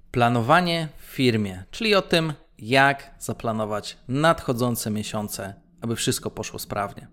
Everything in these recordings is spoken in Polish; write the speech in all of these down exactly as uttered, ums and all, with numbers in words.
Planowanie w firmie, czyli o tym, jak zaplanować nadchodzące miesiące, aby wszystko poszło sprawnie.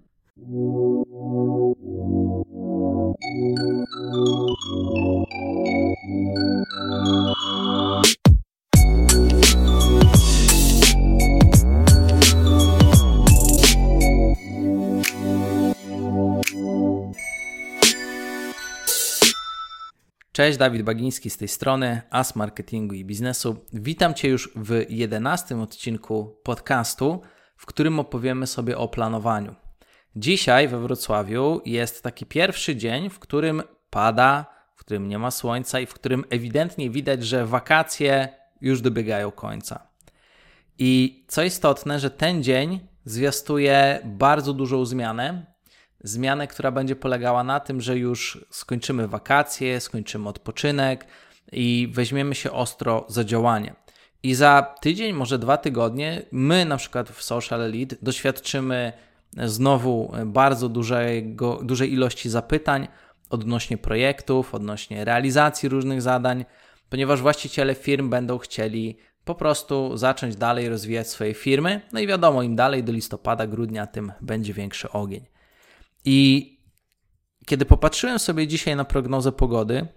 Cześć, Dawid Bagiński z tej strony, As Marketingu i Biznesu. Witam Cię już w jedenastym odcinku podcastu, w którym opowiemy sobie o planowaniu. Dzisiaj we Wrocławiu jest taki pierwszy dzień, w którym pada, w którym nie ma słońca i w którym ewidentnie widać, że wakacje już dobiegają końca. I co istotne, że ten dzień zwiastuje bardzo dużą zmianę, Zmianę, która będzie polegała na tym, że już skończymy wakacje, skończymy odpoczynek i weźmiemy się ostro za działanie. I za tydzień, może dwa tygodnie, my na przykład w Social Elite doświadczymy znowu bardzo dużego, dużej ilości zapytań odnośnie projektów, odnośnie realizacji różnych zadań, ponieważ właściciele firm będą chcieli po prostu zacząć dalej rozwijać swoje firmy. No i wiadomo, im dalej do listopada, grudnia, tym będzie większy ogień. I kiedy popatrzyłem sobie dzisiaj na prognozę pogody,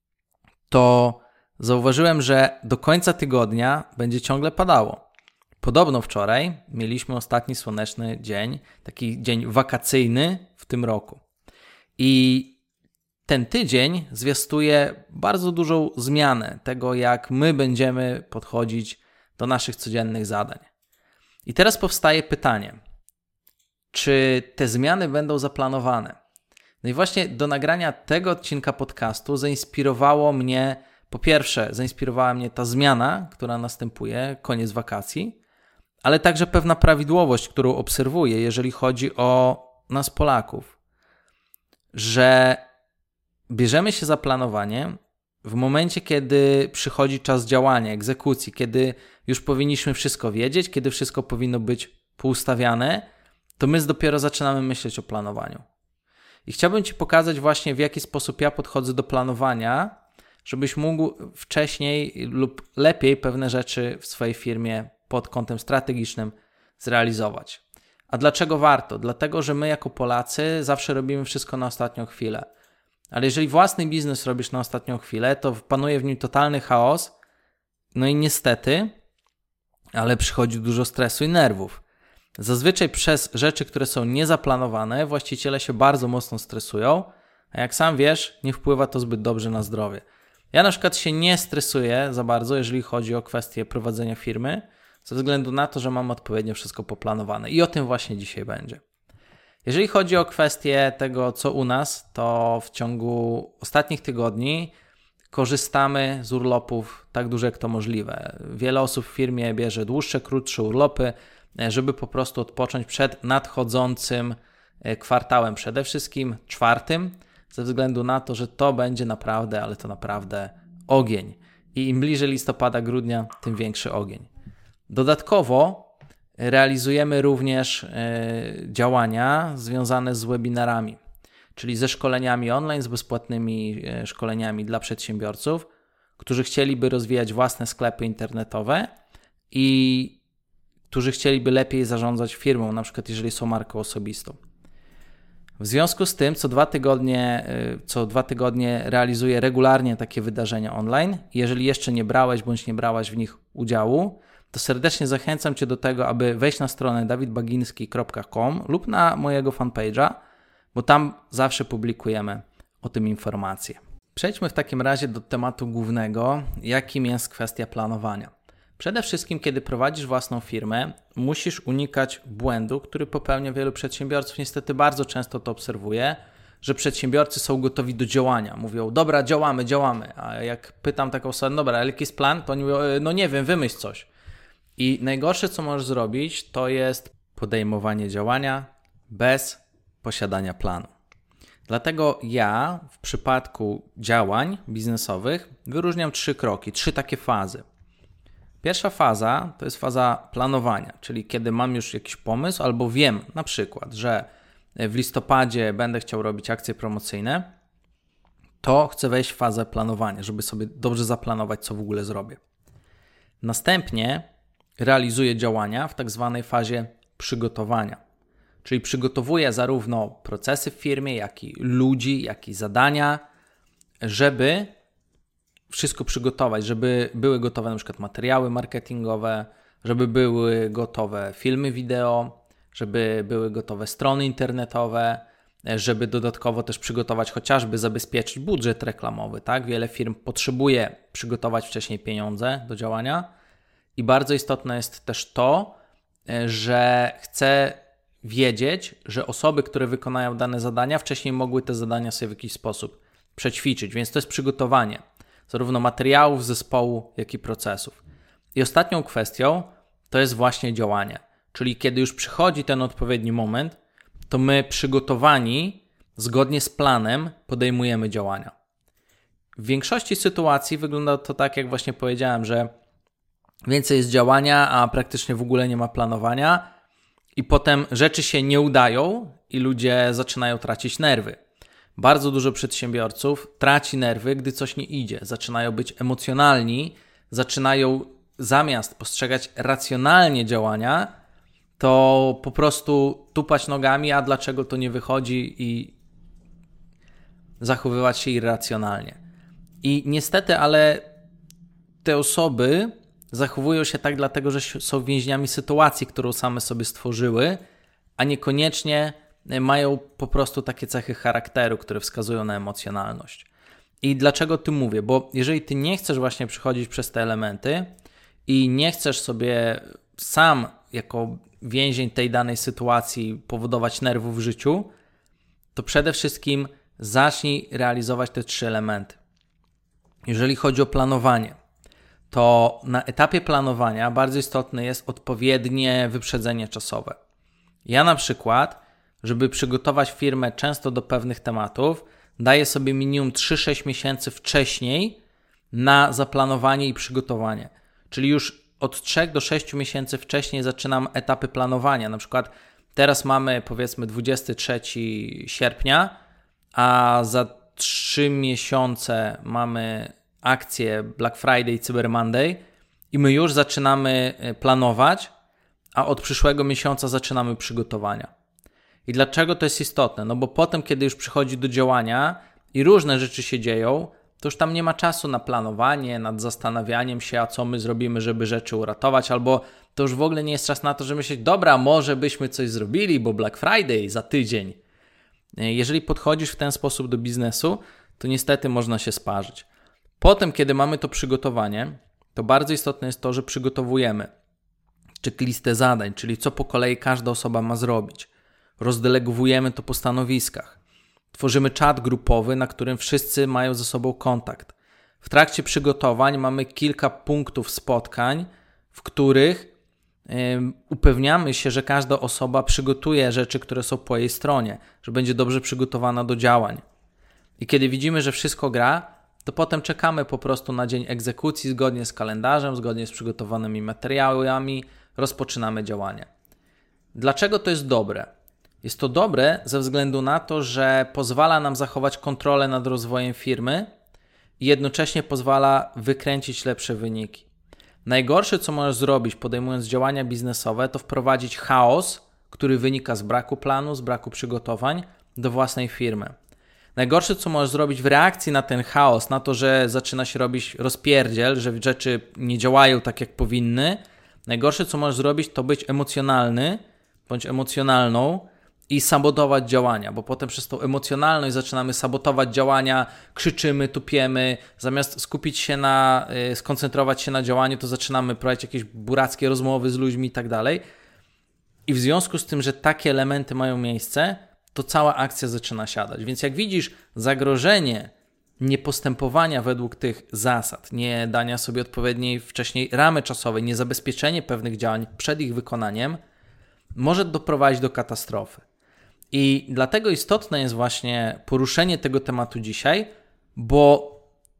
to zauważyłem, że do końca tygodnia będzie ciągle padało. Podobno wczoraj mieliśmy ostatni słoneczny dzień, taki dzień wakacyjny w tym roku. I ten tydzień zwiastuje bardzo dużą zmianę tego, jak my będziemy podchodzić do naszych codziennych zadań. I teraz powstaje pytanie, czy te zmiany będą zaplanowane? No i właśnie do nagrania tego odcinka podcastu zainspirowało mnie, po pierwsze, zainspirowała mnie ta zmiana, która następuje, koniec wakacji, ale także pewna prawidłowość, którą obserwuję, jeżeli chodzi o nas Polaków, że bierzemy się za planowanie w momencie, kiedy przychodzi czas działania, egzekucji, kiedy już powinniśmy wszystko wiedzieć, kiedy wszystko powinno być poustawiane, to my dopiero zaczynamy myśleć o planowaniu. I chciałbym Ci pokazać właśnie, w jaki sposób ja podchodzę do planowania, żebyś mógł wcześniej lub lepiej pewne rzeczy w swojej firmie pod kątem strategicznym zrealizować. A dlaczego warto? Dlatego, że my jako Polacy zawsze robimy wszystko na ostatnią chwilę. Ale jeżeli własny biznes robisz na ostatnią chwilę, to panuje w nim totalny chaos. No i niestety, ale przychodzi dużo stresu i nerwów. Zazwyczaj przez rzeczy, które są niezaplanowane, właściciele się bardzo mocno stresują, a jak sam wiesz, nie wpływa to zbyt dobrze na zdrowie. Ja na przykład się nie stresuję za bardzo, jeżeli chodzi o kwestię prowadzenia firmy, ze względu na to, że mam odpowiednio wszystko poplanowane i o tym właśnie dzisiaj będzie. Jeżeli chodzi o kwestię tego, co u nas, to w ciągu ostatnich tygodni korzystamy z urlopów tak dużo, jak to możliwe. Wiele osób w firmie bierze dłuższe, krótsze urlopy, żeby po prostu odpocząć przed nadchodzącym kwartałem, przede wszystkim czwartym, ze względu na to, że to będzie naprawdę, ale to naprawdę ogień. I im bliżej listopada, grudnia, tym większy ogień. Dodatkowo realizujemy również działania związane z webinarami, czyli ze szkoleniami online, z bezpłatnymi szkoleniami dla przedsiębiorców, którzy chcieliby rozwijać własne sklepy internetowe i którzy chcieliby lepiej zarządzać firmą, na przykład jeżeli są marką osobistą. W związku z tym co dwa tygodnie, co dwa tygodnie realizuję regularnie takie wydarzenia online. Jeżeli jeszcze nie brałeś bądź nie brałaś w nich udziału, to serdecznie zachęcam Cię do tego, aby wejść na stronę dawid bagiński kropka com lub na mojego fanpage'a, bo tam zawsze publikujemy o tym informacje. Przejdźmy w takim razie do tematu głównego, jakim jest kwestia planowania. Przede wszystkim, kiedy prowadzisz własną firmę, musisz unikać błędu, który popełnia wielu przedsiębiorców. Niestety bardzo często to obserwuję, że przedsiębiorcy są gotowi do działania. Mówią, dobra, działamy, działamy. A jak pytam taką osobę, dobra, ale jaki jest plan? To oni mówią, no nie wiem, wymyśl coś. I najgorsze, co możesz zrobić, to jest podejmowanie działania bez posiadania planu. Dlatego ja w przypadku działań biznesowych wyróżniam trzy kroki, trzy takie fazy. Pierwsza faza to jest faza planowania, czyli kiedy mam już jakiś pomysł albo wiem na przykład, że w listopadzie będę chciał robić akcje promocyjne, to chcę wejść w fazę planowania, żeby sobie dobrze zaplanować, co w ogóle zrobię. Następnie realizuje działania w tak zwanej fazie przygotowania. Czyli przygotowuje zarówno procesy w firmie, jak i ludzi, jak i zadania, żeby wszystko przygotować, żeby były gotowe na przykład materiały marketingowe, żeby były gotowe filmy wideo, żeby były gotowe strony internetowe, żeby dodatkowo też przygotować, chociażby zabezpieczyć budżet reklamowy. Tak? Wiele firm potrzebuje przygotować wcześniej pieniądze do działania i bardzo istotne jest też to, że chce wiedzieć, że osoby, które wykonają dane zadania, wcześniej mogły te zadania sobie w jakiś sposób przećwiczyć, więc to jest przygotowanie zarówno materiałów, zespołu, jak i procesów. I ostatnią kwestią to jest właśnie działanie, czyli kiedy już przychodzi ten odpowiedni moment, to my przygotowani, zgodnie z planem, podejmujemy działania. W większości sytuacji wygląda to tak, jak właśnie powiedziałem, że więcej jest działania, a praktycznie w ogóle nie ma planowania i potem rzeczy się nie udają i ludzie zaczynają tracić nerwy. Bardzo dużo przedsiębiorców traci nerwy, gdy coś nie idzie. Zaczynają być emocjonalni, zaczynają zamiast postrzegać racjonalnie działania, to po prostu tupać nogami, a dlaczego to nie wychodzi i zachowywać się irracjonalnie. I niestety, ale te osoby zachowują się tak dlatego, że są więźniami sytuacji, którą same sobie stworzyły, a niekoniecznie mają po prostu takie cechy charakteru, które wskazują na emocjonalność. I dlaczego o tym mówię? Bo jeżeli ty nie chcesz właśnie przechodzić przez te elementy i nie chcesz sobie sam jako więzień tej danej sytuacji powodować nerwów w życiu, to przede wszystkim zacznij realizować te trzy elementy. Jeżeli chodzi o planowanie, to na etapie planowania bardzo istotne jest odpowiednie wyprzedzenie czasowe. Ja na przykład, żeby przygotować firmę często do pewnych tematów, daję sobie minimum trzy sześć miesięcy wcześniej na zaplanowanie i przygotowanie. Czyli już od trzech do sześciu miesięcy wcześniej zaczynam etapy planowania. Na przykład teraz mamy powiedzmy dwudziestego trzeciego sierpnia, a za trzy miesiące mamy akcję Black Friday i Cyber Monday i my już zaczynamy planować, a od przyszłego miesiąca zaczynamy przygotowania. I dlaczego to jest istotne? No bo potem, kiedy już przychodzi do działania i różne rzeczy się dzieją, to już tam nie ma czasu na planowanie, nad zastanawianiem się, a co my zrobimy, żeby rzeczy uratować, albo to już w ogóle nie jest czas na to, żeby myśleć, dobra, może byśmy coś zrobili, bo Black Friday za tydzień. Jeżeli podchodzisz w ten sposób do biznesu, to niestety można się sparzyć. Potem, kiedy mamy to przygotowanie, to bardzo istotne jest to, że przygotowujemy checklistę zadań, czyli co po kolei każda osoba ma zrobić. Rozdelegowujemy to po stanowiskach. Tworzymy czat grupowy, na którym wszyscy mają ze sobą kontakt. W trakcie przygotowań mamy kilka punktów spotkań, w których yy, upewniamy się, że każda osoba przygotuje rzeczy, które są po jej stronie, że będzie dobrze przygotowana do działań. I kiedy widzimy, że wszystko gra, to potem czekamy po prostu na dzień egzekucji zgodnie z kalendarzem, zgodnie z przygotowanymi materiałami, rozpoczynamy działanie. Dlaczego to jest dobre? Jest to dobre ze względu na to, że pozwala nam zachować kontrolę nad rozwojem firmy i jednocześnie pozwala wykręcić lepsze wyniki. Najgorsze, co możesz zrobić, podejmując działania biznesowe, to wprowadzić chaos, który wynika z braku planu, z braku przygotowań do własnej firmy. Najgorsze, co możesz zrobić w reakcji na ten chaos, na to, że zaczyna się robić rozpierdziel, że rzeczy nie działają tak, jak powinny, najgorsze, co możesz zrobić, to być emocjonalny bądź emocjonalną i sabotować działania, bo potem przez tą emocjonalność zaczynamy sabotować działania, krzyczymy, tupiemy, zamiast skupić się na, yy, skoncentrować się na działaniu, to zaczynamy prowadzić jakieś burackie rozmowy z ludźmi i tak dalej. I w związku z tym, że takie elementy mają miejsce, to cała akcja zaczyna siadać. Więc jak widzisz zagrożenie niepostępowania według tych zasad, nie dania sobie odpowiedniej wcześniej ramy czasowej, niezabezpieczenie pewnych działań przed ich wykonaniem, może doprowadzić do katastrofy. I dlatego istotne jest właśnie poruszenie tego tematu dzisiaj, bo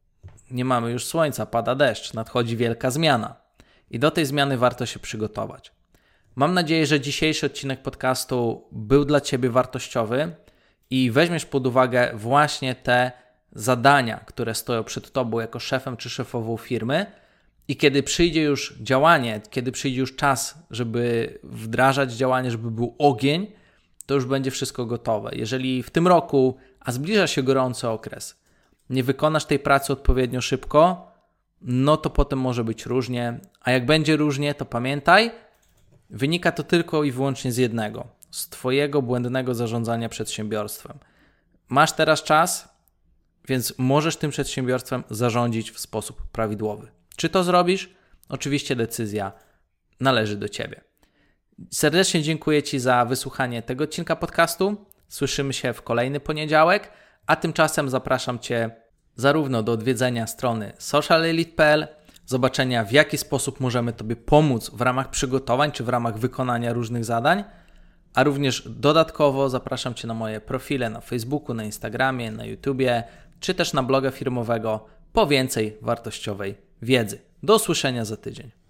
nie mamy już słońca, pada deszcz, nadchodzi wielka zmiana i do tej zmiany warto się przygotować. Mam nadzieję, że dzisiejszy odcinek podcastu był dla Ciebie wartościowy i weźmiesz pod uwagę właśnie te zadania, które stoją przed Tobą jako szefem czy szefową firmy I kiedy przyjdzie już działanie, kiedy przyjdzie już czas, żeby wdrażać działanie, żeby był ogień, to już będzie wszystko gotowe. Jeżeli w tym roku, a zbliża się gorący okres, nie wykonasz tej pracy odpowiednio szybko, no to potem może być różnie. A jak będzie różnie, to pamiętaj, wynika to tylko i wyłącznie z jednego, z Twojego błędnego zarządzania przedsiębiorstwem. Masz teraz czas, więc możesz tym przedsiębiorstwem zarządzić w sposób prawidłowy. Czy to zrobisz? Oczywiście decyzja należy do Ciebie. Serdecznie dziękuję Ci za wysłuchanie tego odcinka podcastu. Słyszymy się w kolejny poniedziałek, a tymczasem zapraszam Cię zarówno do odwiedzenia strony social elite kropka p l, zobaczenia w jaki sposób możemy Tobie pomóc w ramach przygotowań czy w ramach wykonania różnych zadań, a również dodatkowo zapraszam Cię na moje profile na Facebooku, na Instagramie, na YouTubie, czy też na bloga firmowego po więcej wartościowej wiedzy. Do usłyszenia za tydzień.